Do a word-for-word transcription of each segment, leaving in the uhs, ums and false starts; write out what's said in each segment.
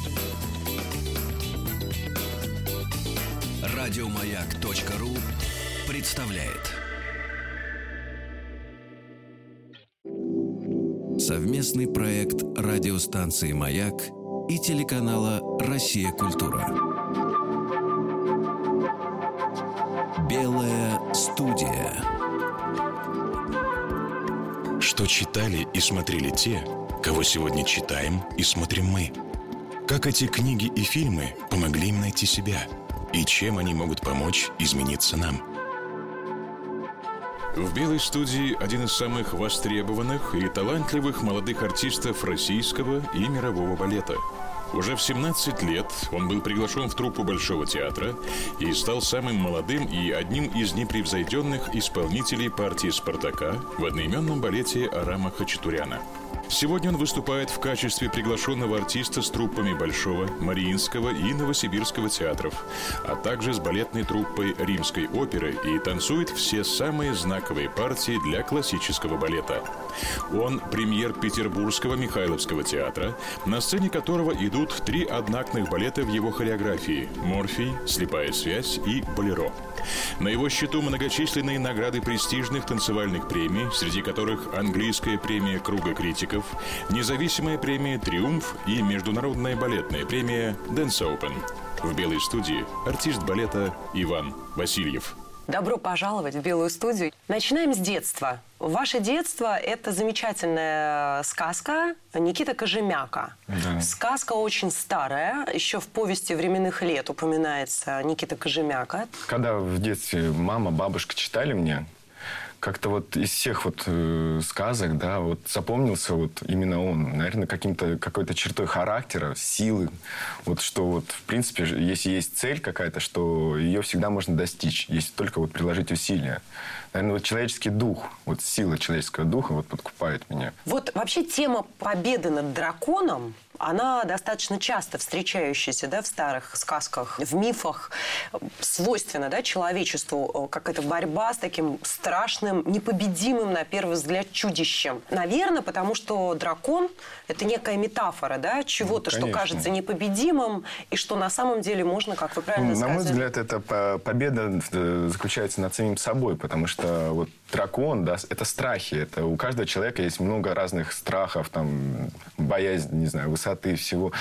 Радиомаяк.ру представляет совместный проект радиостанции «Маяк» и телеканала «Россия. Культура». Белая студия. Что читали и смотрели те, кого сегодня читаем и смотрим мы? Как эти книги и фильмы помогли им найти себя? И чем они могут помочь измениться нам? В «Белой студии» один из самых востребованных и талантливых молодых артистов российского и мирового балета. Уже в семнадцать лет он был приглашен в труппу Большого театра и стал самым молодым и одним из непревзойденных исполнителей партии «Спартака» в одноименном балете Арама Хачатуряна. Сегодня он выступает в качестве приглашенного артиста с труппами Большого, Мариинского и Новосибирского театров, а также с балетной труппой Римской оперы и танцует все самые знаковые партии для классического балета. Он премьер Петербургского Михайловского театра, на сцене которого идут три одноактных балета в его хореографии «Морфий», «Слепая связь» и «Болеро». На его счету многочисленные награды престижных танцевальных премий, среди которых английская премия Круга критиков, независимая премия «Триумф» и международная балетная премия «Dance Open». В «Белой студии» артист балета Иван Васильев. Добро пожаловать в «Белую студию». Начинаем с детства. Ваше детство – это замечательная сказка Никиты Кожемяка. Да. Сказка очень старая. Еще в повести временных лет упоминается Никита Кожемяка. Когда в детстве мама, бабушка читали мне, как-то вот из всех вот э, сказок, да, вот запомнился вот именно он. Наверное, каким-то, какой-то чертой характера, силы. Вот что вот, в принципе, если есть цель какая-то, что ее всегда можно достичь, если только вот приложить усилия. Наверное, вот человеческий дух, вот сила человеческого духа вот подкупает меня. Вот вообще тема победы над драконом, она достаточно часто встречающаяся, да, в старых сказках, в мифах, свойственна, да, человечеству, какая-то борьба с таким страшным, непобедимым, на первый взгляд, чудищем. Наверное, потому что дракон – это некая метафора, да, чего-то, ну, что кажется непобедимым, и что на самом деле можно, как вы правильно ну, сказали. На мой взгляд, эта победа заключается над самим собой, потому что вот дракон, да, это страхи. Это у каждого человека есть много разных страхов, там, боязнь, не знаю, высоты, всего.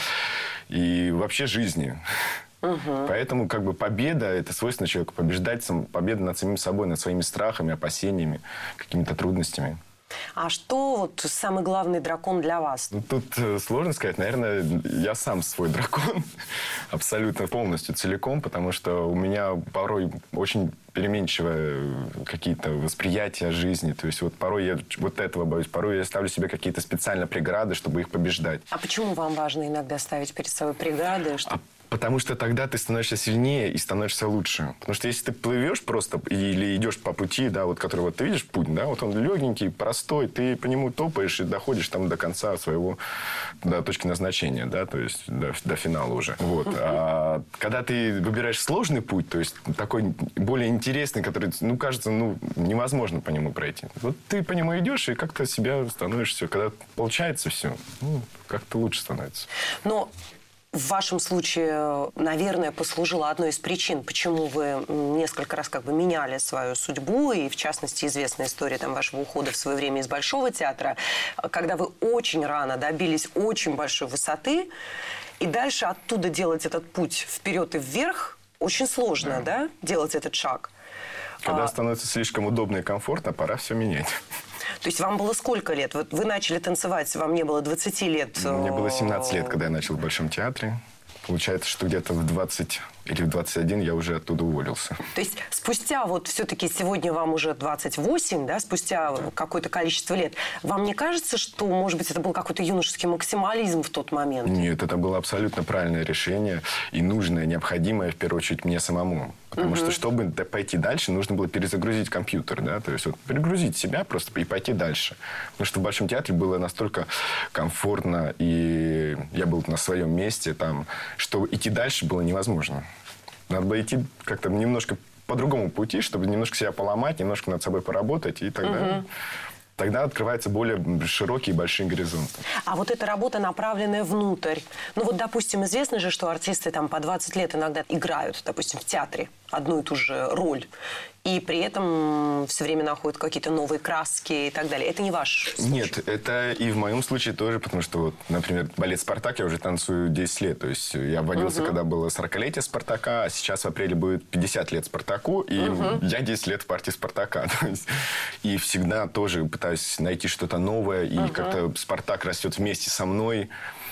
И вообще жизни. Угу. Поэтому как бы победа – это свойственно человеку. Побеждать, победа над самим собой, над своими страхами, опасениями, какими-то трудностями. А что вот самый главный дракон для вас? Ну, тут э, сложно сказать. Наверное, я сам свой дракон. Абсолютно полностью, целиком. Потому что у меня порой очень переменчивые какие-то восприятия жизни. То есть вот порой я вот этого боюсь. Порой я ставлю себе какие-то специально преграды, чтобы их побеждать. А почему вам важно иногда ставить перед собой преграды? Чтобы... А потому что тогда ты становишься сильнее и становишься лучше. Потому что если ты плывешь просто или идешь по пути, да, вот который вот ты видишь путь, да, вот он легенький, простой, ты по нему топаешь и доходишь там до конца своего, до точки назначения, да, то есть до, до финала уже. Вот. А когда ты выбираешь сложный путь, то есть такой более интересный, который, ну, кажется, ну, невозможно по нему пройти. Вот ты по нему идешь и как-то себя становишься, когда получается все, ну, как-то лучше становится. Но в вашем случае, наверное, послужило одной из причин, почему вы несколько раз как бы меняли свою судьбу, и, в частности, известная история там, вашего ухода в свое время из Большого театра, когда вы очень рано добились очень большой высоты, и дальше оттуда делать этот путь вперед и вверх очень сложно, да, да делать этот шаг. Когда а... становится слишком удобно и комфортно, пора все менять. То есть вам было сколько лет? Вот вы начали танцевать, вам не было двадцати лет? Мне было семнадцать лет, когда я начал в Большом театре. Получается, что где-то в двадцать или в двадцать один я уже оттуда уволился. То есть спустя вот все-таки сегодня вам уже двадцать восемь, да, спустя какое-то количество лет, вам не кажется, что, может быть, это был какой-то юношеский максимализм в тот момент? Нет, это было абсолютно правильное решение и нужное, необходимое, в первую очередь, мне самому. Потому uh-huh. что, чтобы пойти дальше, нужно было перезагрузить компьютер, да, то есть вот перегрузить себя просто и пойти дальше. Потому что в Большом театре было настолько комфортно, и я был на своем месте там, что идти дальше было невозможно. Надо было идти как-то немножко по другому пути, чтобы немножко себя поломать, немножко над собой поработать, и тогда... Uh-huh. тогда открывается более широкие и большие горизонты. А вот эта работа, направленная внутрь. Ну вот, допустим, известно же, что артисты там по двадцать лет иногда играют, допустим, в театре одну и ту же роль. И при этом все время находят какие-то новые краски и так далее. Это не ваш случай? Нет, это и в моем случае тоже, потому что, вот, например, балет «Спартак» я уже танцую десять лет. То есть я вводился, угу. когда было сорокалетие «Спартака», а сейчас в апреле будет пятьдесят лет «Спартаку», и угу. я десять лет в партии «Спартака». То есть, и всегда тоже пытаюсь найти что-то новое, и угу. как-то «Спартак» растет вместе со мной.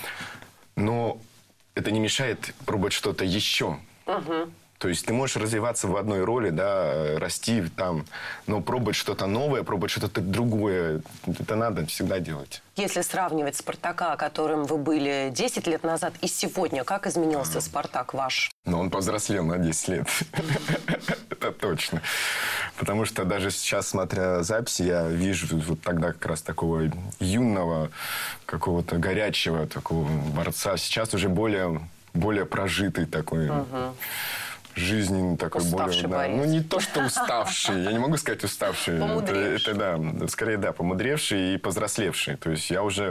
Но это не мешает пробовать что-то еще. Угу. То есть ты можешь развиваться в одной роли, да, расти там, но пробовать что-то новое, пробовать что-то другое, это надо всегда делать. Если сравнивать «Спартака», которым вы были десять лет назад, и сегодня, как изменился «Спартак» ваш? Ну, он повзрослел на десять лет. Это точно. Потому что даже сейчас, смотря записи, я вижу вот тогда как раз такого юного, какого-то горячего такого борца. Сейчас уже более, более прожитый такой... жизненный такой, уставший более... Да, борец. ну, не то, что уставший. Я не могу сказать уставший. Это, это, да, скорее, да, помудревший и повзрослевший. То есть я уже,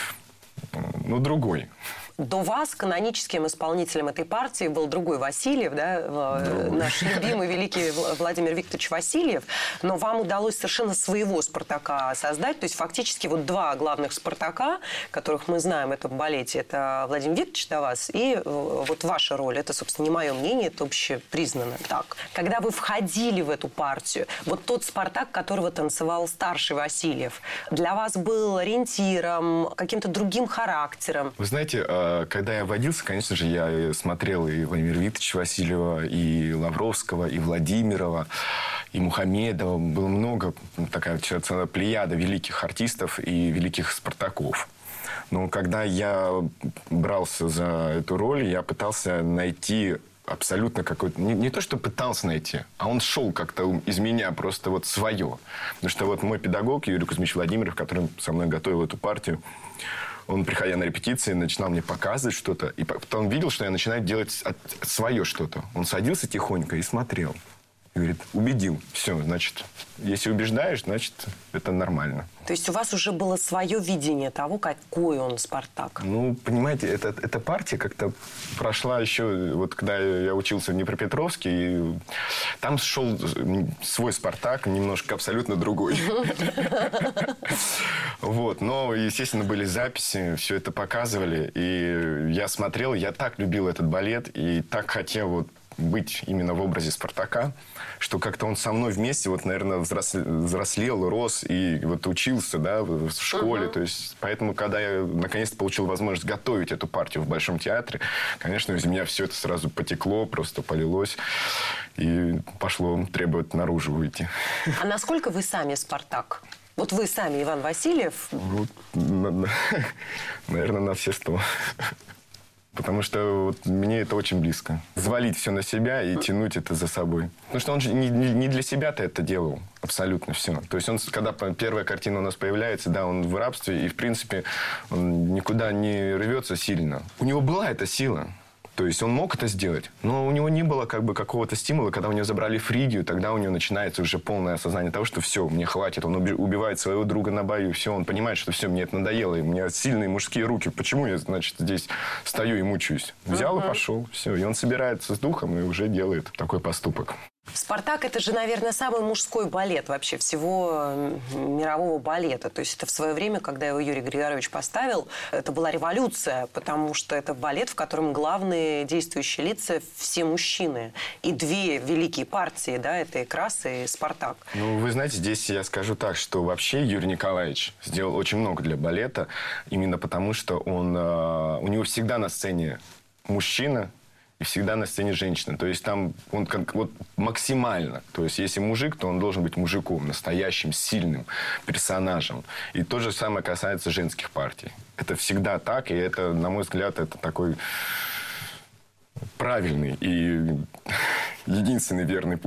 ну, другой. До вас каноническим исполнителем этой партии был другой Васильев, да, другой. Наш любимый великий Владимир Викторович Васильев. Но вам удалось совершенно своего «Спартака» создать. То есть фактически вот два главных «Спартака», которых мы знаем в этом балете, это Владимир Викторович до вас и вот ваша роль. Это, собственно, не мое мнение, это общепризнанно так. Когда вы входили в эту партию, вот тот «Спартак», которого танцевал старший Васильев, для вас был ориентиром, каким-то другим характером? Вы знаете, когда я водился, конечно же, я смотрел и Владимира Викторовича Васильева, и Лавровского, и Владимирова, и Мухамедова. Было много, такая целая плеяда великих артистов и великих «Спартаков». Но когда я брался за эту роль, я пытался найти абсолютно какой-то... Не, не то, что пытался найти, а он шел как-то из меня просто вот свое. Потому что вот мой педагог Юрий Кузьмич Владимиров, который со мной готовил эту партию, он, приходя на репетиции, начинал мне показывать что-то. И потом видел, что я начинаю делать свое что-то. Он садился тихонько и смотрел. И говорит, убедил. Все, значит, если убеждаешь, значит, это нормально. То есть у вас уже было свое видение того, какой он «Спартак»? Ну, понимаете, это, эта партия как-то прошла еще... Вот когда я учился в Днепропетровске, и там шел свой «Спартак», немножко абсолютно другой. Вот. Но, естественно, были записи, все это показывали. И я смотрел, я так любил этот балет, и так хотел вот быть именно в образе «Спартака», что как-то он со мной вместе, вот, наверное, взрослел, рос и вот учился, да, в школе. Uh-huh. То есть, поэтому, когда я наконец-то получил возможность готовить эту партию в Большом театре, конечно, из меня все это сразу потекло, просто полилось и пошло требовать наружу выйти. А насколько вы сами «Спартак»? Вот вы сами, Иван Васильев? Вот, наверное, на все сто. Потому что вот мне это очень близко. Взвалить все на себя и тянуть это за собой. Потому что он же не, не для себя-то это делал. Абсолютно все. То есть он, когда первая картина у нас появляется, да, он в рабстве. И, в принципе, он никуда не рвется сильно. У него была эта сила. То есть он мог это сделать, но у него не было как бы какого-то стимула. Когда у него забрали Фригию, тогда у него начинается уже полное осознание того, что все, мне хватит. Он убивает своего друга на бою, все, он понимает, что все, мне это надоело. И у меня сильные мужские руки. Почему я, значит, здесь стою и мучаюсь? Взял uh-huh. и пошел. Все. И он собирается с духом и уже делает такой поступок. «Спартак» — это же, наверное, самый мужской балет вообще всего мирового балета. То есть это в свое время, когда его Юрий Григорович поставил, это была революция, потому что это балет, в котором главные действующие лица все мужчины. И две великие партии, да, это и «Крас», и «Спартак». Ну, вы знаете, здесь я скажу так, что вообще Юрий Николаевич сделал очень много для балета, именно потому что он, у него всегда на сцене мужчина, и всегда на сцене женщина. То есть там он как вот максимально. То есть если мужик, то он должен быть мужиком, настоящим, сильным персонажем. И то же самое касается женских партий. Это всегда так, и это, на мой взгляд, это такой правильный и единственный верный путь.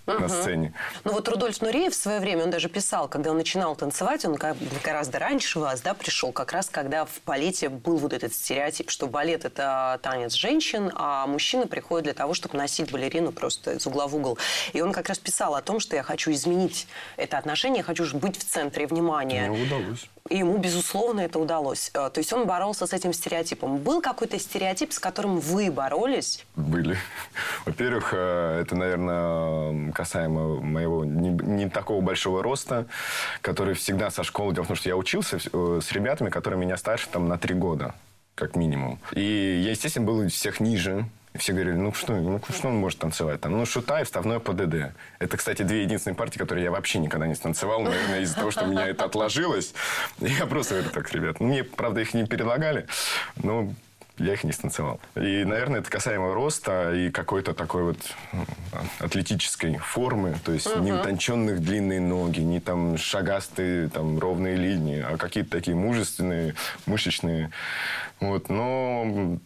uh-huh. на сцене. Ну вот Рудольф Нуреев в свое время, он даже писал, когда он начинал танцевать, он гораздо раньше вас, да, пришел, как раз когда в балете был вот этот стереотип, что балет – это танец женщин, а мужчина приходит для того, чтобы носить балерину просто из угла в угол. И он как раз писал о том, что я хочу изменить это отношение, я хочу быть в центре внимания. Ему удалось. И ему, безусловно, это удалось. То есть он боролся с этим стереотипом. Был какой-то стереотип, с которым вы боролись? Были. Во-первых, это, наверное, касаемо моего не, не такого большого роста, который всегда со школы... Дело в том, что я учился с ребятами, которые меня старше там, на три года, как минимум. И я, естественно, был всех ниже. И все говорили, ну что, ну что он может танцевать? Там, ну, шута и вставное ПДД. Это, кстати, две единственные партии, которые я вообще никогда не станцевал. Наверное, из-за того, что у меня это отложилось. Я просто говорю так, ребят. Ну, мне, правда, их не предлагали, но я их не станцевал. И, наверное, это касаемо роста и какой-то такой вот атлетической формы. То есть uh-huh. не утонченных длинные ноги, не там шагастые там, ровные линии, а какие-то такие мужественные, мышечные. Вот. Но...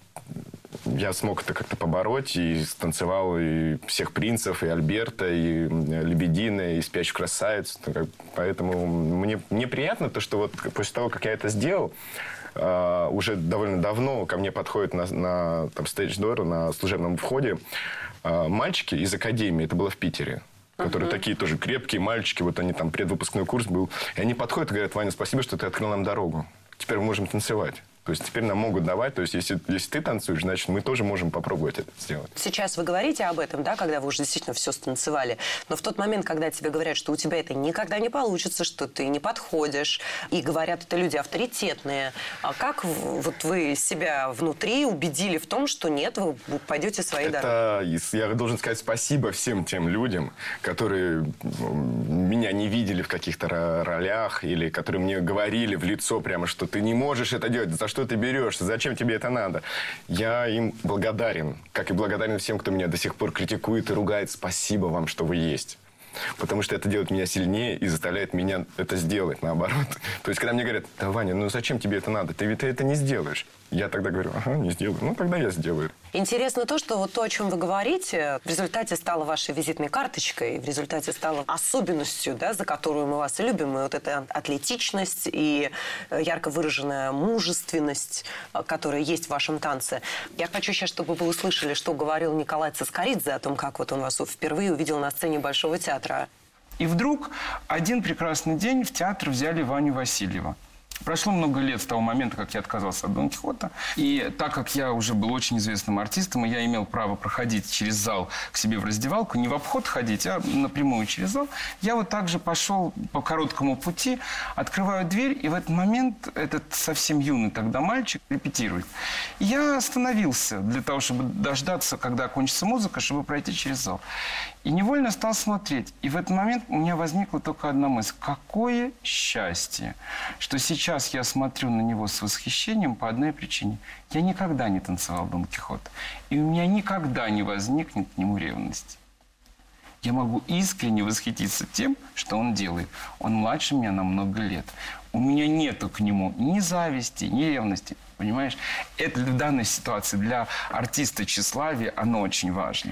Я смог это как-то побороть и станцевал и всех принцев, и Альберта, и Лебедина, и Спящую красавицу. Поэтому мне, мне приятно то, что вот после того, как я это сделал, Uh, уже довольно давно ко мне подходят на, на там, стейдж-дор, на служебном входе uh, мальчики из академии, это было в Питере, uh-huh. которые такие тоже крепкие мальчики, вот они там, предвыпускной курс был, и они подходят и говорят, Ваня, спасибо, что ты открыл нам дорогу, теперь мы можем танцевать. То есть теперь нам могут давать, то есть если, если ты танцуешь, значит, мы тоже можем попробовать это сделать. Сейчас вы говорите об этом, да, когда вы уже действительно все станцевали, но в тот момент, когда тебе говорят, что у тебя это никогда не получится, что ты не подходишь, и говорят это люди авторитетные, а как вот вы себя внутри убедили в том, что нет, вы пойдете своей дорогой? Это, я должен сказать спасибо всем тем людям, которые меня не видели в каких-то ролях, или которые мне говорили в лицо прямо, что ты не можешь это делать, за что что ты берешься, зачем тебе это надо. Я им благодарен, как и благодарен всем, кто меня до сих пор критикует и ругает. Спасибо вам, что вы есть. Потому что это делает меня сильнее и заставляет меня это сделать, наоборот. То есть, когда мне говорят, да, Ваня, ну зачем тебе это надо? Ты, ты это не сделаешь. Я тогда говорю, ага, не сделаю. Ну, тогда я сделаю. Интересно то, что вот то, о чем вы говорите, в результате стало вашей визитной карточкой, в результате стало особенностью, да, за которую мы вас и любим. И вот эта атлетичность и ярко выраженная мужественность, которая есть в вашем танце. Я хочу сейчас, чтобы вы услышали, что говорил Николай Цискоридзе о том, как вот он вас впервые увидел на сцене Большого театра. И вдруг один прекрасный день в театр взяли Ваню Васильева. Прошло много лет с того момента, как я отказался от Дон Кихота. И так как я уже был очень известным артистом, и я имел право проходить через зал к себе в раздевалку, не в обход ходить, а напрямую через зал, я вот так же пошел по короткому пути, открываю дверь, и в этот момент этот совсем юный тогда мальчик репетирует. И я остановился для того, чтобы дождаться, когда кончится музыка, чтобы пройти через зал. И невольно стал смотреть. И в этот момент у меня возникла только одна мысль. Какое счастье, что сейчас я смотрю на него с восхищением по одной причине. Я никогда не танцевал Дон Кихота. И у меня никогда не возникнет к нему ревности. Я могу искренне восхититься тем, что он делает. Он младше меня на много лет. У меня нету к нему ни зависти, ни ревности. Понимаешь? Это в данной ситуации для артиста тщеславия, оно очень важно.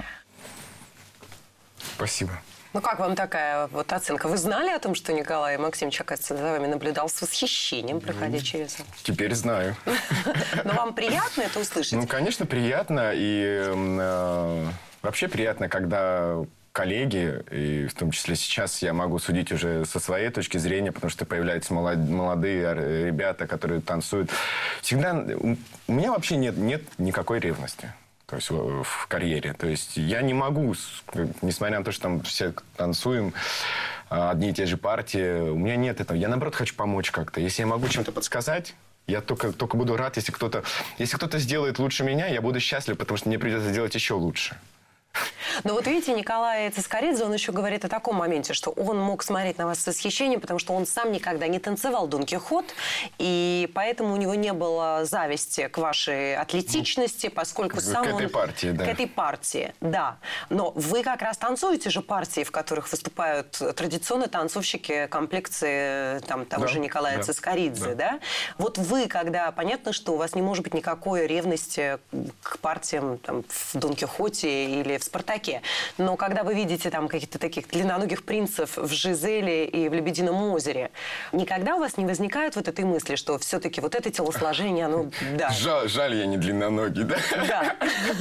Спасибо. Ну, как вам такая вот оценка? Вы знали о том, что Николай Максимович, оказывается, за вами наблюдал с восхищением, проходя через зал? Теперь знаю. Но вам приятно это услышать? Ну, конечно, приятно. И э, вообще приятно, когда коллеги, и в том числе сейчас я могу судить уже со своей точки зрения, потому что появляются молодые ребята, которые танцуют. Всегда... У меня вообще нет, нет никакой ревности. То есть в, в карьере. То есть я не могу, несмотря на то, что там все танцуем, одни и те же партии, у меня нет этого. Я, наоборот, хочу помочь как-то. Если я могу чем-то подсказать, я только, только буду рад, если кто-то, если кто-то сделает лучше меня, я буду счастлив, потому что мне придется сделать еще лучше. Но вот видите, Николай Цискоридзе, он еще говорит о таком моменте, что он мог смотреть на вас с восхищением, потому что он сам никогда не танцевал Дон Кихот, и поэтому у него не было зависти к вашей атлетичности, поскольку к, сам к он... этой партии, да. К этой партии, да. Но вы как раз танцуете же партии, в которых выступают традиционные танцовщики комплекции там, того да, же Николая да, Цискоридзе, да. да? Вот вы, когда понятно, что у вас не может быть никакой ревности к партиям там, в Дон Кихоте или в Спартаке, браке, но когда вы видите там каких-то таких длинноногих принцев в «Жизели» и в «Лебедином озере», никогда у вас не возникает вот этой мысли, что все-таки вот это телосложение, оно... Да. Жаль, жаль, я не длинноногий, да? Да.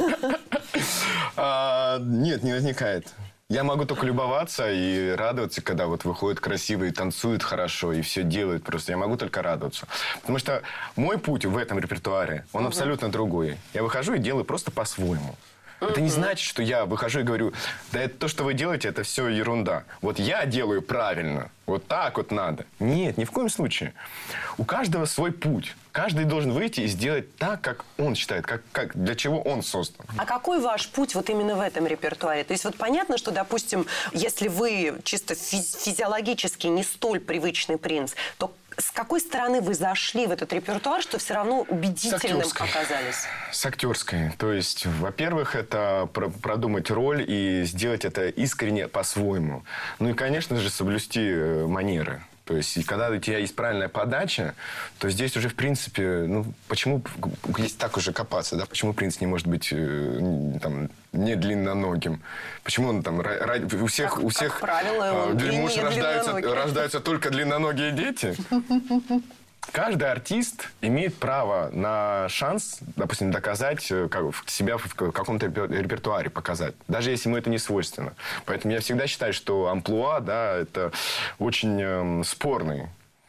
А, нет, не возникает. Я могу только любоваться и радоваться, когда вот выходят красивые, танцуют хорошо и все делают просто. Я могу только радоваться. Потому что мой путь в этом репертуаре, он uh-huh. абсолютно другой. Я выхожу и делаю просто по-своему. Uh-huh. Это не значит, что я выхожу и говорю, да это то, что вы делаете, это все ерунда. Вот я делаю правильно. Вот так вот надо. Нет, ни в коем случае. У каждого свой путь. Каждый должен выйти и сделать так, как он считает, как, как, для чего он создан. А какой ваш путь вот именно в этом репертуаре? То есть вот понятно, что, допустим, если вы чисто физи- физиологически не столь привычный принц, то с какой стороны вы зашли в этот репертуар, что все равно убедительным оказались? С актерской. То есть, во-первых, это про- продумать роль и сделать это искренне по-своему. Ну и, конечно же, соблюсти э, манеры. То есть, и когда у тебя есть правильная подача, то здесь уже, в принципе, ну, почему, если так уже копаться, да, почему принц не может быть э, там, не длинноногим? Почему он там, ради, у всех, как, у всех как правило, э, муж рождаются, рождаются только длинноногие дети? Каждый артист имеет право на шанс, допустим, доказать себя в каком-то репертуаре, показать. Даже если ему это не свойственно. Поэтому я всегда считаю, что амплуа, да, это очень э, спорный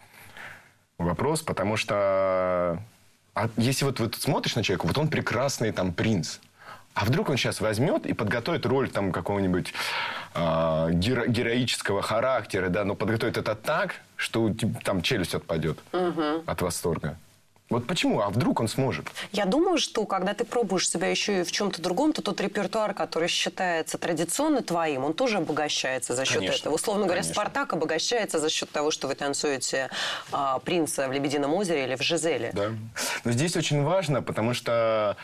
вопрос, потому что а если вот, вот смотришь на человека, вот он прекрасный там принц. А вдруг он сейчас возьмет и подготовит роль там какого-нибудь э, геро- героического характера, да, но подготовит это так, что там челюсть отпадет угу. от восторга. Вот почему? А вдруг он сможет? Я думаю, что когда ты пробуешь себя еще и в чем-то другом, то тот репертуар, который считается традиционно твоим, он тоже обогащается за счет Конечно. этого. Условно говоря, Конечно. «Спартак» обогащается за счет того, что вы танцуете а, принца в «Лебедином озере» или в «Жизели». Да. Но здесь очень важно, потому что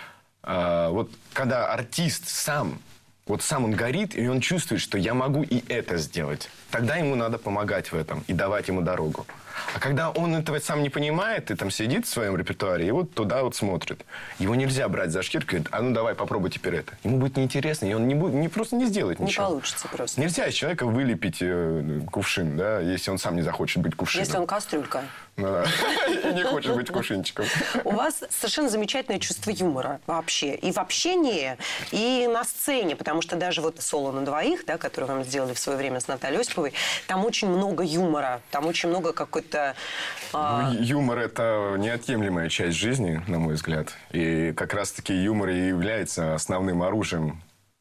а, вот когда артист сам, вот сам он горит, и он чувствует, что я могу и это сделать, тогда ему надо помогать в этом и давать ему дорогу. А когда он этого сам не понимает, и там сидит в своем репертуаре, и вот туда вот смотрит. Его нельзя брать за шкирку и говорить, а ну давай попробуй теперь это. Ему будет неинтересно, и он не, будет, не, просто не сделает ничего. Не получится просто. Нельзя из человека вылепить э, кувшин, да, если он сам не захочет быть кувшином. Если он кастрюлька. И не хочет быть кувшинчиком. У вас совершенно замечательное чувство юмора вообще. И в общении, и на сцене. Потому что даже вот «Соло на двоих», да, который вам сделали в свое время с Натальей Осиповой, там очень много юмора. Там очень много какой-то... А... Ну, юмор – это неотъемлемая часть жизни, на мой взгляд. И как раз-таки юмор и является основным оружием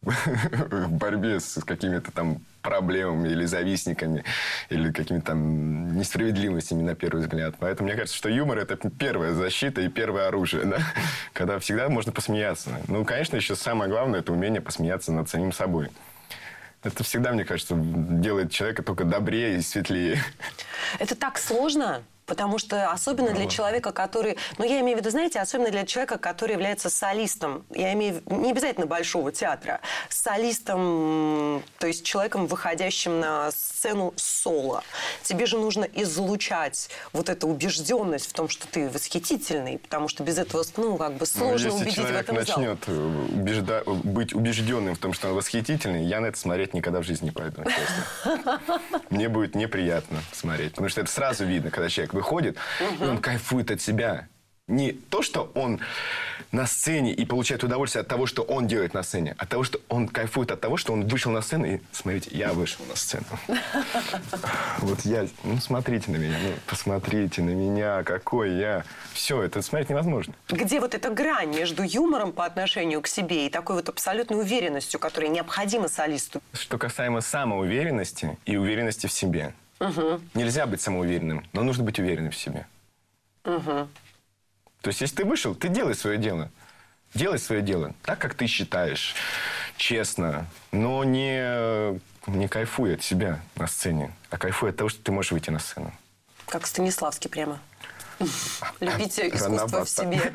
в борьбе с какими-то там проблемами или завистниками, или какими-то там несправедливостями на первый взгляд. Поэтому мне кажется, что юмор – это первая защита и первое оружие, да? Когда всегда можно посмеяться. Ну, конечно, еще самое главное – это умение посмеяться над самим собой. Это всегда, мне кажется, делает человека только добрее и светлее. Это так сложно? Потому что особенно для человека, который... Ну, я имею в виду, знаете, особенно для человека, который является солистом. Я имею в виду не обязательно большого театра. Солистом, то есть человеком, выходящим на сцену соло. Тебе же нужно излучать вот эту убежденность в том, что ты восхитительный. Потому что без этого, ну, как бы сложно ну, убедить в этом зал. Если человек начнет убежда... быть убежденным в том, что он восхитительный, я на это смотреть никогда в жизни не пойду, честно. Мне будет неприятно смотреть. Потому что это сразу видно, когда человек выходит, угу. и он кайфует от себя. Не то, что он на сцене и получает удовольствие от того, что он делает на сцене, а от того, что он кайфует от того, что он вышел на сцену, и смотрите, я вышел на сцену. Вот я, ну смотрите на меня, ну посмотрите на меня, какой я. Все, это смотреть невозможно. Где вот эта грань между юмором по отношению к себе и такой вот абсолютной уверенностью, которая необходима солисту? Что касаемо самоуверенности и уверенности в себе. Угу. Нельзя быть самоуверенным, но нужно быть уверенным в себе. Угу. То есть, если ты вышел, ты делай свое дело. Делай свое дело так, как ты считаешь. Честно. Но не, не кайфуй от себя на сцене, а кайфуй от того, что ты можешь выйти на сцену. Как Станиславский прямо. Любите искусство в себе,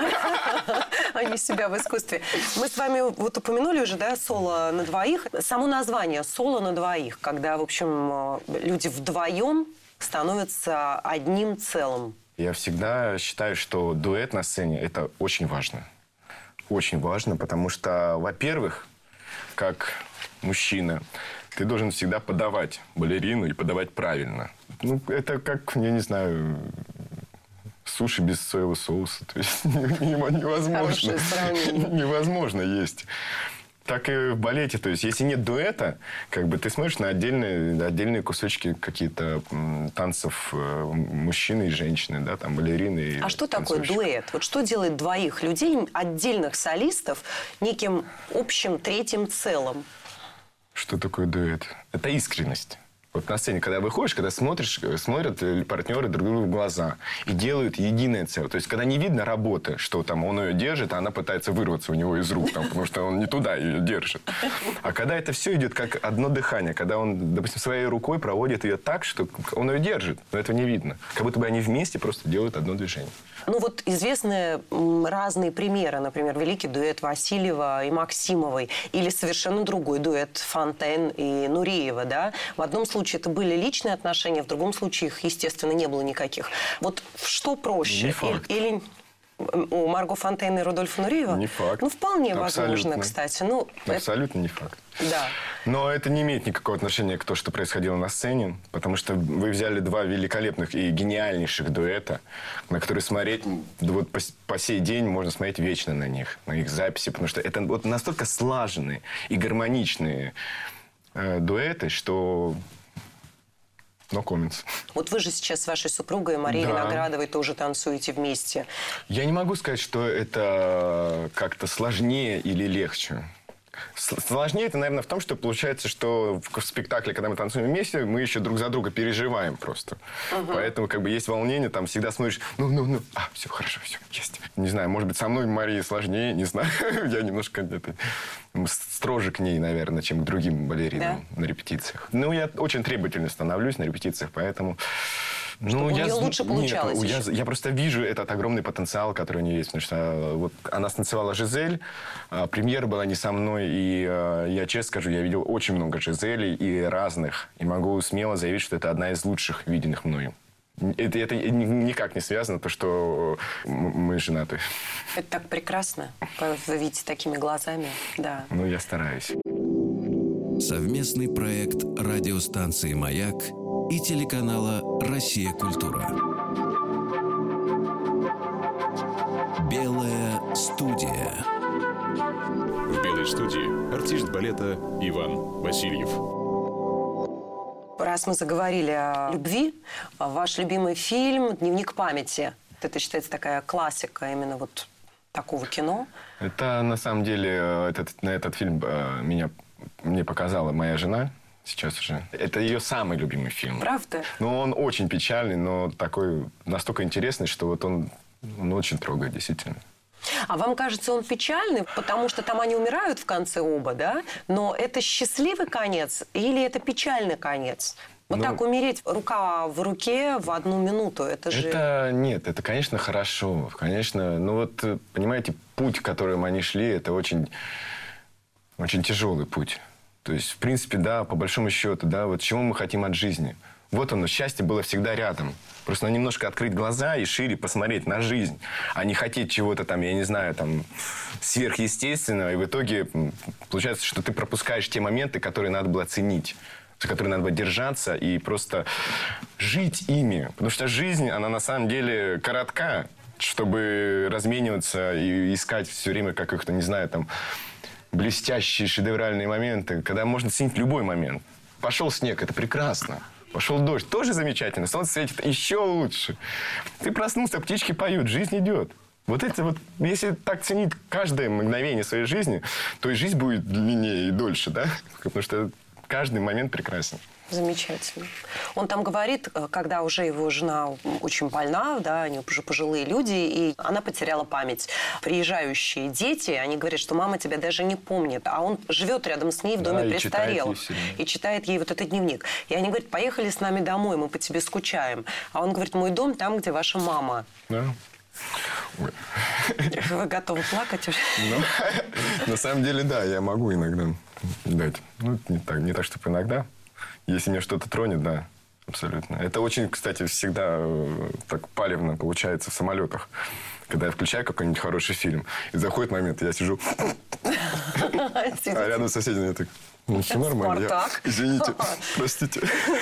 а не себя в искусстве. Мы с вами вот упомянули уже, да, соло на двоих. Само название «Соло на двоих», когда, в общем, люди вдвоем становятся одним целым. Я всегда считаю, что дуэт на сцене – это очень важно. Очень важно, потому что, во-первых, как мужчина, ты должен всегда подавать балерину и подавать правильно. Ну, это как, я не знаю, суши без соевого соуса. То есть невозможно. Невозможно есть. Так и в балете. То есть, если нет дуэта, как бы ты смотришь на отдельные, отдельные кусочки какие-то танцев мужчины и женщины, да, там балерины. И а что такое дуэт? Вот что делает двоих людей, отдельных солистов, неким общим третьим целым? Что такое дуэт? Это искренность. Вот на сцене, когда выходишь, когда смотришь, смотрят партнеры друг другу в глаза и делают единое целое. То есть, когда не видно работы, что там он ее держит, а она пытается вырваться у него из рук, там, потому что он не туда ее держит. А когда это все идет как одно дыхание, когда он, допустим, своей рукой проводит ее так, что он ее держит, но этого не видно. Как будто бы они вместе просто делают одно движение. Ну вот известны разные примеры. Например, великий дуэт Васильева и Максимовой. Или совершенно другой дуэт Фонтейн и Нуреева. Да? В одном случае это были личные отношения, в другом случае их, естественно, не было никаких. Вот что проще? Не факт. Или... или... У Марго Фонтейна и Рудольфа Нуреева? Не факт. Ну, вполне Абсолютно. возможно, кстати. Ну, Абсолютно это... не факт. Да. Но это не имеет никакого отношения к тому, что происходило на сцене, потому что вы взяли два великолепных и гениальнейших дуэта, на которые смотреть вот по, по сей день можно смотреть вечно на них, на их записи, потому что это вот настолько слаженные и гармоничные э, дуэты, что... No comments. Вот вы же сейчас с вашей супругой Марией Да. Виноградовой тоже танцуете вместе. Я не могу сказать, что это как-то сложнее или легче. Сложнее это, наверное, в том, что получается, что в спектакле, когда мы танцуем вместе, мы еще друг за друга переживаем просто. Угу. Поэтому как бы есть волнение, там всегда смотришь, ну-ну-ну, а, все, хорошо, все, есть. Не знаю, может быть, со мной Марии сложнее, не знаю. Я немножко это, строже к ней, наверное, чем к другим балеринам, да? На репетициях. Ну, я очень требовательно становлюсь на репетициях, поэтому... Чтобы ну, у я, нее лучше получалось. Нет, я, я просто вижу этот огромный потенциал, который у нее есть. Потому что вот она станцевала «Жизель», а, премьера была не со мной. И а, я честно скажу, я видел очень много «Жизелей» и разных. И могу смело заявить, что это одна из лучших виденных мною. Это, это никак не связано, то, что мы женаты. Это так прекрасно. Вы видите такими глазами. Да. Ну, я стараюсь. Совместный проект радиостанции «Маяк» и телеканала «Россия. Культура». Белая студия. В белой студии артист балета Иван Васильев. Раз мы заговорили о любви, ваш любимый фильм «Дневник памяти». Это считается такая классика именно вот такого кино. Это на самом деле этот, на этот фильм меня мне показала моя жена. Сейчас уже. Это ее самый любимый фильм. Правда? Ну, он очень печальный, но такой настолько интересный, что вот он, он очень трогает, действительно. А вам кажется, он печальный, потому что там они умирают в конце оба, да? Но это счастливый конец или это печальный конец? Вот ну, так умереть рука в руке в одну минуту, это же... Это нет, это, конечно, хорошо. Конечно, ну вот, понимаете, путь, которым они шли, это очень, очень тяжелый путь. То есть, в принципе, да, по большому счету, да, вот чего мы хотим от жизни. Вот оно, счастье было всегда рядом. Просто надо немножко открыть глаза и шире посмотреть на жизнь, а не хотеть чего-то там, я не знаю, там, сверхъестественного. И в итоге получается, что ты пропускаешь те моменты, которые надо было ценить, за которые надо было держаться и просто жить ими. Потому что жизнь, она на самом деле коротка, чтобы размениваться и искать все время каких-то, не знаю, там... блестящие шедевральные моменты, когда можно ценить любой момент. Пошел снег, это прекрасно. Пошел дождь, тоже замечательно. Солнце светит, еще лучше. Ты проснулся, птички поют, жизнь идет. Вот это вот, если так ценить каждое мгновение своей жизни, то и жизнь будет длиннее и дольше, да? Потому что каждый момент прекрасен. Замечательно. Он там говорит, когда уже его жена очень больна, да, они уже пожилые люди, и она потеряла память. Приезжающие дети, они говорят, что мама тебя даже не помнит, а он живет рядом с ней в доме да, престарелых. И читает, и читает ей вот этот дневник. И они говорят, поехали с нами домой, мы по тебе скучаем. А он говорит, мой дом там, где ваша мама. Да. Ой. Вы готовы плакать уже? Ну, на самом деле, да, я могу иногда дать. Ну, не так, не так, чтобы иногда. Если меня что-то тронет, да, абсолютно. Это очень, кстати, всегда так палевно получается в самолетах. Когда я включаю какой-нибудь хороший фильм, и заходит момент, я сижу... А рядом с соседями я так, ну, все нормально. Я- Спартак. Извините, простите.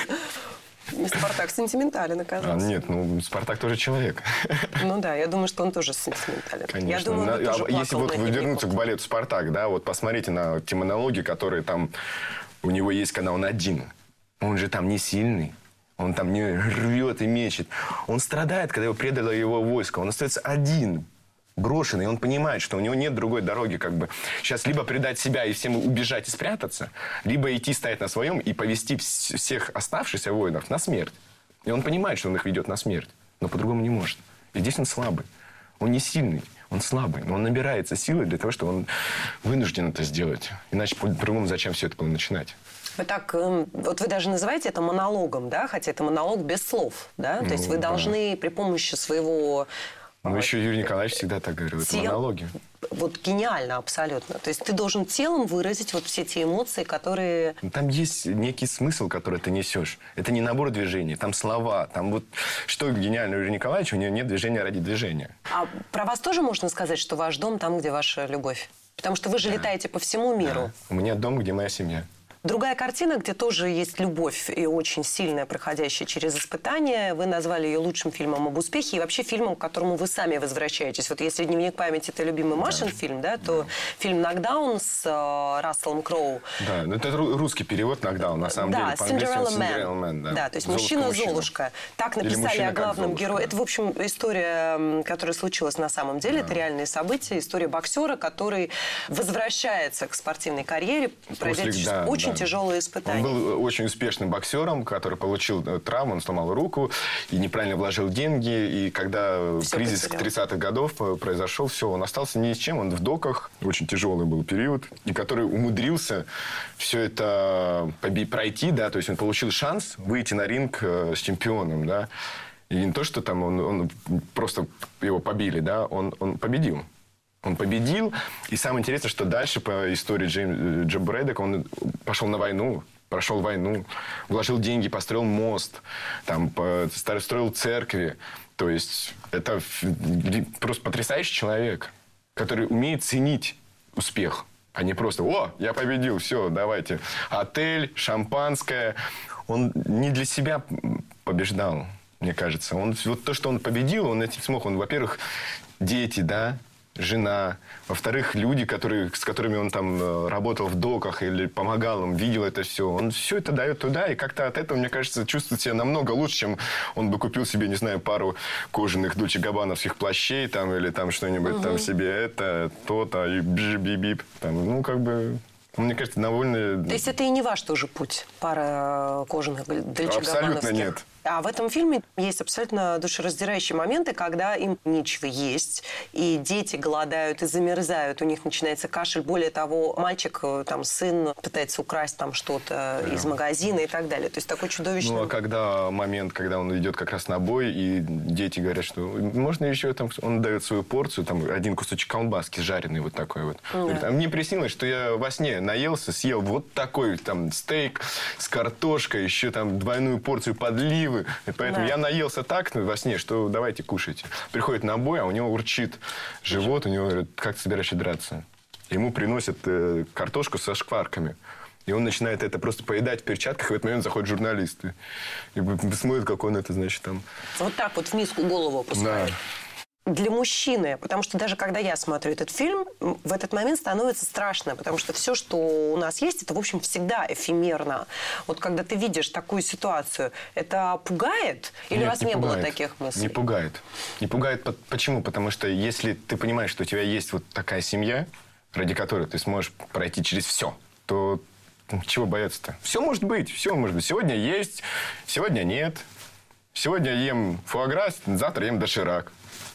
Спартак сентиментален, А, оказывается. нет, ну, Спартак тоже человек. Ну да, я думаю, что он тоже сентиментален. Конечно. Я думаю, он На- тоже а если плакал вот над вернуться к дневником. балету «Спартак», да, вот посмотрите на те монологи, которые там у него есть, когда он один. Он же там не сильный. Он там не рвет и мечет. Он страдает, когда его предало его войско. Он остается один, брошенный. И он понимает, что у него нет другой дороги. Как бы. Сейчас либо предать себя и всем убежать и спрятаться, либо идти стоять на своем и повести вс- всех оставшихся воинов на смерть. И он понимает, что он их ведет на смерть. Но по-другому не может. И здесь он слабый. Он не сильный. Он слабый. Но он набирается силы для того, что он вынужден это сделать. Иначе по-другому зачем все это было начинать? Вы так, эм, вот вы даже называете это монологом, да, хотя это монолог без слов, да, то есть вы да. должны при помощи своего... Ну, э, еще Юрий Николаевич всегда так говорил. Это тел- монологи. Вот гениально абсолютно. То есть ты должен телом выразить вот все те эмоции, которые... Ну, там есть некий смысл, который ты несешь. Это не набор движений, там слова. Там вот что гениально Юрий Николаевич, у него нет движения ради движения. А про вас тоже можно сказать, что ваш дом там, где ваша любовь? Потому что вы же летаете по всему миру. У меня дом, где моя семья. Другая картина, где тоже есть любовь и очень сильная, проходящая через испытания. Вы назвали ее лучшим фильмом об успехе и вообще фильмом, к которому вы сами возвращаетесь. Вот если «Дневник памяти» — это любимый Машин фильм, да, то фильм «Нокдаун» с э, Расселом Кроу. Да, ну это ру- русский перевод «Нокдаун», на самом Да, деле. По-английски Cinderella он Man. Cinderella Man, да. Да, то есть Золушка-мужчина. мужчина-золушка. Так Или написали мужчина о как главном Золушка, герое. да. Это, в общем, история, м, которая случилась на самом деле. Это реальные события. История боксера, который возвращается к спортивной карьере, пройдя После- через да, очень да. тяжелые Он испытания. был очень успешным боксером, который получил э, травму, он сломал руку и неправильно вложил деньги. И когда Всё кризис потерял. тридцатых годов э, произошел, все, он остался ни с чем, он в доках. Очень тяжелый был период. И который умудрился все это поби- пройти, да, то есть он получил шанс выйти на ринг э, с чемпионом, да. И не то, что там он, он просто его побили, да, он, он победил. Он победил. И самое интересное, что дальше по истории Джейм, Джо Брэддока он пошел на войну, прошел войну, вложил деньги, построил мост, там, по- строил церкви. То есть это ф- просто потрясающий человек, который умеет ценить успех, а не просто «О, я победил, все, давайте». Отель, шампанское. Он не для себя побеждал, мне кажется. Он, вот то, что он победил, он этим смог. Он, во-первых, дети, да, жена. Во-вторых, люди, которые, с которыми он там э, работал в доках или помогал им, видел это все. Он все это дает туда, и как-то от этого, мне кажется, чувствует себя намного лучше, чем он бы купил себе, не знаю, пару кожаных Дольче Габбановских плащей там, или там что-нибудь там себе это, то-то, и бжи-би-бип. Там, ну, как бы... Мне кажется, довольно... То есть это и не ваш тоже путь, пара кожаных Дольче Абсолютно Габбановских? нет. А в этом фильме есть абсолютно душераздирающие моменты, когда им нечего есть, и дети голодают и замерзают, у них начинается кашель. Более того, мальчик, там, сын пытается украсть там что-то из магазина и так далее. То есть такой чудовищный... Ну, а когда момент, когда он идет как раз на бой, и дети говорят, что можно еще там... Он дает свою порцию, там, один кусочек колбаски жареный вот такой вот. Говорит, а мне приснилось, что я во сне наелся, съел вот такой там стейк с картошкой, еще там двойную порцию подливы. И поэтому Да. я наелся так во сне, что давайте кушайте. Приходит на бой, а у него урчит живот, у него говорят, как ты собираешься драться? Ему приносят э, картошку со шкварками. И он начинает это просто поедать в перчатках, и в этот момент заходят журналисты. И смотрят, как он это, значит, там... Вот так вот в миску голову опускает. Да. Для мужчины, потому что даже когда я смотрю этот фильм, в этот момент становится страшно, потому что все, что у нас есть, это, в общем, всегда эфемерно. Вот когда ты видишь такую ситуацию, это пугает? Или Нет, у вас не не, было пугает. таких мыслей? Не пугает. Не пугает. по- Почему? Потому что если ты понимаешь, что у тебя есть вот такая семья, ради которой ты сможешь пройти через все, то ну, чего бояться-то? Все может быть. Все может быть. Сегодня есть, сегодня нет. Сегодня ем фуагра, завтра ем доширак.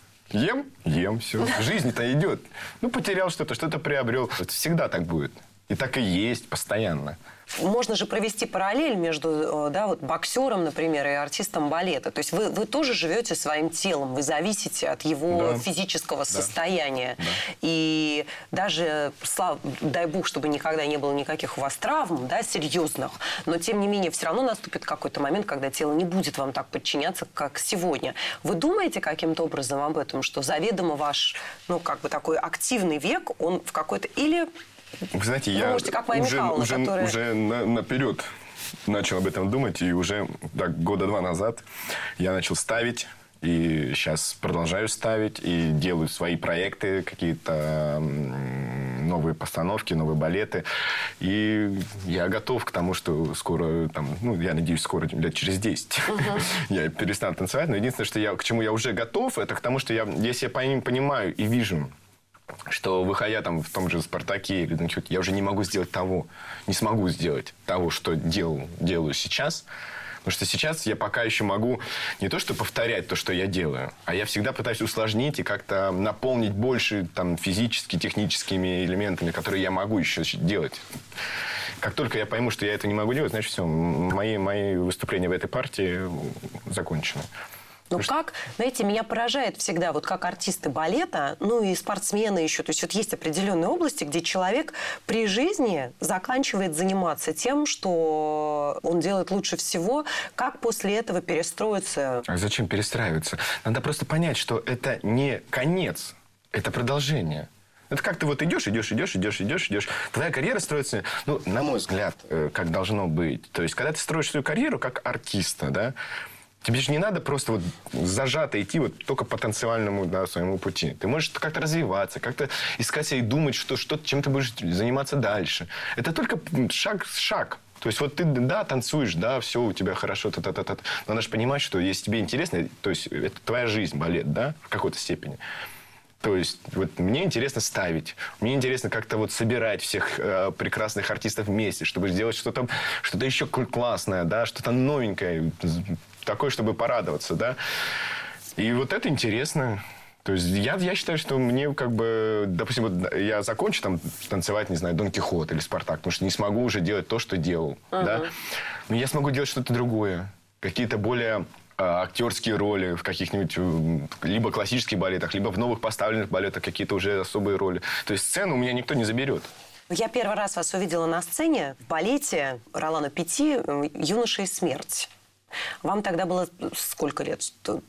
Ем? Ем, все. Жизнь-то идет. Ну, потерял что-то, что-то приобрел. Это всегда так будет. И так и есть постоянно. Можно же провести параллель между да, вот боксером, например, и артистом балета. То есть вы, вы тоже живете своим телом, вы зависите от его Да. физического состояния. И даже, слав, дай бог, чтобы никогда не было никаких у вас травм, да, серьезных, но тем не менее все равно наступит какой-то момент, когда тело не будет вам так подчиняться, как сегодня. Вы думаете каким-то образом об этом, что заведомо ваш, ну, как бы такой активный век, он в какой-то... Или Вы знаете, Вы я можете, как Майя уже, Михайловна, уже, которая- уже на- наперед начал об этом думать, и уже так, года два назад я начал ставить, и сейчас продолжаю ставить, и делаю свои проекты, какие-то м, новые постановки, новые балеты. И я готов к тому, что скоро, там, ну, я надеюсь, скоро, лет через десять, я перестану танцевать. Но единственное, что я, к чему я уже готов, это к тому, что я, если я пон- понимаю и вижу, что, выходя там в том же «Спартаке» или Дон Кихоте, я уже не могу сделать того, не смогу сделать того, что делал, делаю сейчас. Потому что сейчас я пока еще могу не то что повторять то, что я делаю, а я всегда пытаюсь усложнить и как-то наполнить больше там, физически, техническими элементами, которые я могу еще делать. Как только я пойму, что я это не могу делать, значит, все, мои, мои выступления в этой партии закончены. Но как, знаете, меня поражает всегда, вот как артисты балета, ну и спортсмены еще, то есть вот есть определенные области, где человек при жизни заканчивает заниматься тем, что он делает лучше всего, как после этого перестроиться. А зачем перестраиваться? Надо просто понять, что это не конец, это продолжение. Это как ты вот идешь, идешь, идешь, идешь, идешь, идешь. Твоя карьера строится, ну, на мой взгляд, как должно быть. То есть, когда ты строишь свою карьеру как артиста, да, тебе же не надо просто вот зажато идти вот только по танцевальному, да, своему пути. Ты можешь как-то развиваться, как-то искать себя и думать, что, что, чем ты будешь заниматься дальше. Это только шаг шаг. То есть вот ты, да, танцуешь, да, все у тебя хорошо, та-та-та-та. Но надо же понимать, что если тебе интересно, то есть это твоя жизнь, балет, да, в какой-то степени. То есть вот мне интересно ставить, мне интересно как-то вот собирать всех э, прекрасных артистов вместе, чтобы сделать что-то, что-то еще классное, да, что-то новенькое, такое, чтобы порадоваться, да. И вот это интересно. То есть я, я считаю, что мне как бы, допустим, вот я закончу там танцевать, не знаю, Дон Кихот или Спартак, потому что не смогу уже делать то, что делал, uh-huh. да. Но я смогу делать что-то другое, какие-то более актерские роли в каких-нибудь либо классических балетах, либо в новых поставленных балетах какие-то уже особые роли. То есть сцену у меня никто не заберет. Я первый раз вас увидела на сцене в балете Ролана Пяти «Юноша и смерть». Вам тогда было сколько лет?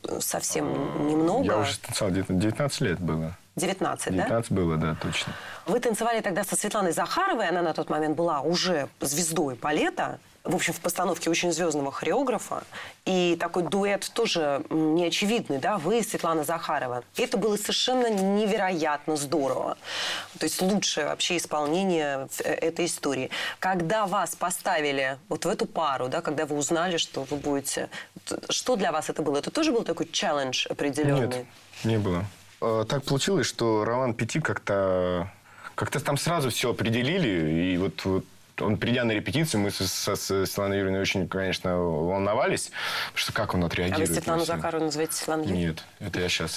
Совсем немного? Я уже танцевал, девятнадцать лет было. девятнадцать, да? девятнадцать было, да, точно. Вы танцевали тогда со Светланой Захаровой, она на тот момент была уже звездой балета. В общем, в постановке очень звездного хореографа. И такой дуэт тоже неочевидный, да, вы и Светлана Захарова. И это было совершенно невероятно здорово. То есть лучшее вообще исполнение этой истории. Когда вас поставили вот в эту пару, да, когда вы узнали, что вы будете... Что для вас это было? Это тоже был такой челлендж определенный? Нет, не было. Так получилось, что Ролан Пяти как-то... Как-то там сразу все определили, и вот... вот он, придя на репетицию, мы со, со, со Светланой Юрьевной очень, конечно, волновались, потому что как он отреагирует. А вы Светлану Захарову называете Светланой Юрьевной? Нет, это я сейчас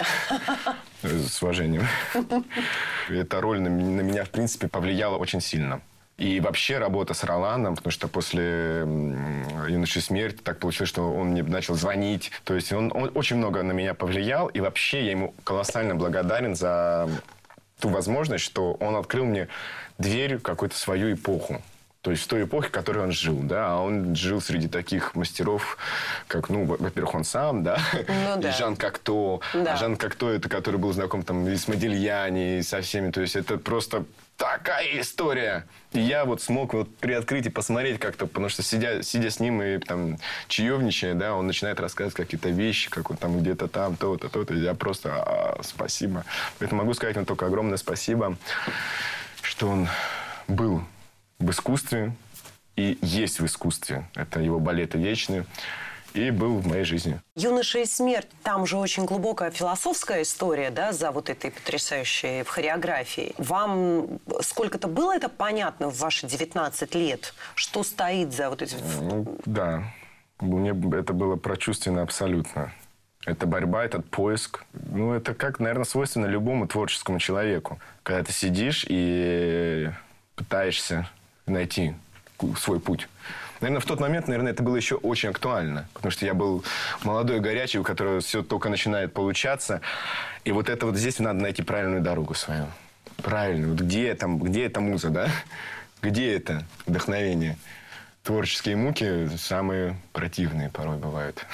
с уважением. Эта роль на меня, в принципе, повлияла очень сильно. И вообще работа с Роланом, потому что после «Юноши смерти» так получилось, что он мне начал звонить. То есть он, он очень много на меня повлиял, и вообще я ему колоссально благодарен за ту возможность, что он открыл мне дверь в какую-то свою эпоху. То есть в той эпохе, в которой он жил, да, а он жил среди таких мастеров, как, ну, во-первых, он сам, да, ну, да. и Жан Кокто. Да. А Жан Кокто, это который был знаком там и с Модильяни, и со всеми, то есть это просто такая история. И я вот смог вот приоткрыть и посмотреть как-то, потому что сидя, сидя с ним и там чаевничая, да, он начинает рассказывать какие-то вещи, как он там где-то там, то-то, то-то, и я просто, а, спасибо. Поэтому могу сказать ему только огромное спасибо, что он был в искусстве и есть в искусстве. Это его балеты вечные. И был в моей жизни. «Юноша и смерть». Там же очень глубокая философская история, да, за вот этой потрясающей в хореографии. Вам сколько-то было это понятно в ваши девятнадцать лет? Что стоит за вот этим? Ну, да. Мне это было прочувственно абсолютно. Это борьба, этот поиск. Ну, это как, наверное, свойственно любому творческому человеку. Когда ты сидишь и пытаешься найти свой путь. Наверное, в тот момент, наверное, это было еще очень актуально. Потому что я был молодой, горячий, у которого все только начинает получаться. И вот это вот здесь надо найти правильную дорогу свою. Правильную. Вот где, там, где эта муза, да? Где это вдохновение? Творческие муки самые противные порой бывают.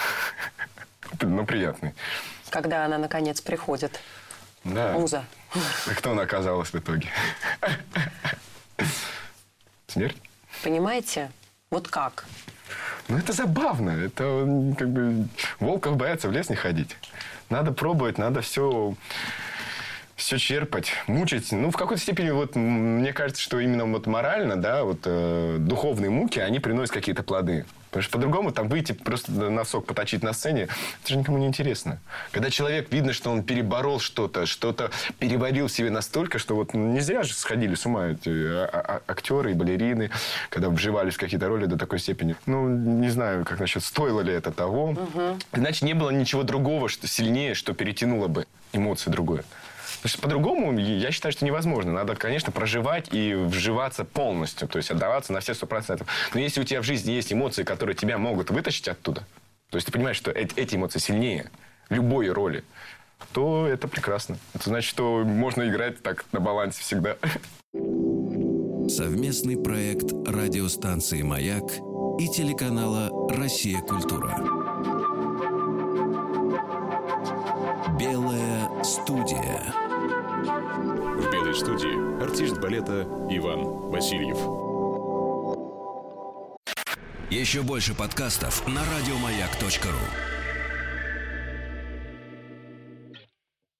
Но приятные. Когда она, наконец, приходит. Да. Муза. А кто она оказалась в итоге? смерть. Понимаете? Вот как? Ну, это забавно. Это как бы волков боятся в лес не ходить. Надо пробовать, надо все... все черпать, мучить. Ну, в какой-то степени, вот, мне кажется, что именно вот морально, да, вот, э, духовные муки, они приносят какие-то плоды. Потому что по-другому там выйти, просто носок поточить на сцене, это же никому не интересно. Когда человек, видно, что он переборол что-то, что-то переварил в себе настолько, что вот не зря же сходили с ума эти а- а- актеры и балерины, когда вживались в какие-то роли до такой степени. Ну, не знаю, как насчет, стоило ли это того. Угу. Иначе не было ничего другого, что сильнее, что перетянуло бы эмоции другое. Потому что по-другому, я считаю, что невозможно. Надо, конечно, проживать и вживаться полностью. То есть отдаваться на все сто процентов. Но если у тебя в жизни есть эмоции, которые тебя могут вытащить оттуда, то есть ты понимаешь, что эти эмоции сильнее любой роли, то это прекрасно. Это значит, что можно играть так на балансе всегда. Совместный проект радиостанции «Маяк» и телеканала «Россия. Культура». Белая студия. В «Белой студии» артист балета Иван Васильев. Еще больше подкастов на радиомаяк точка ру.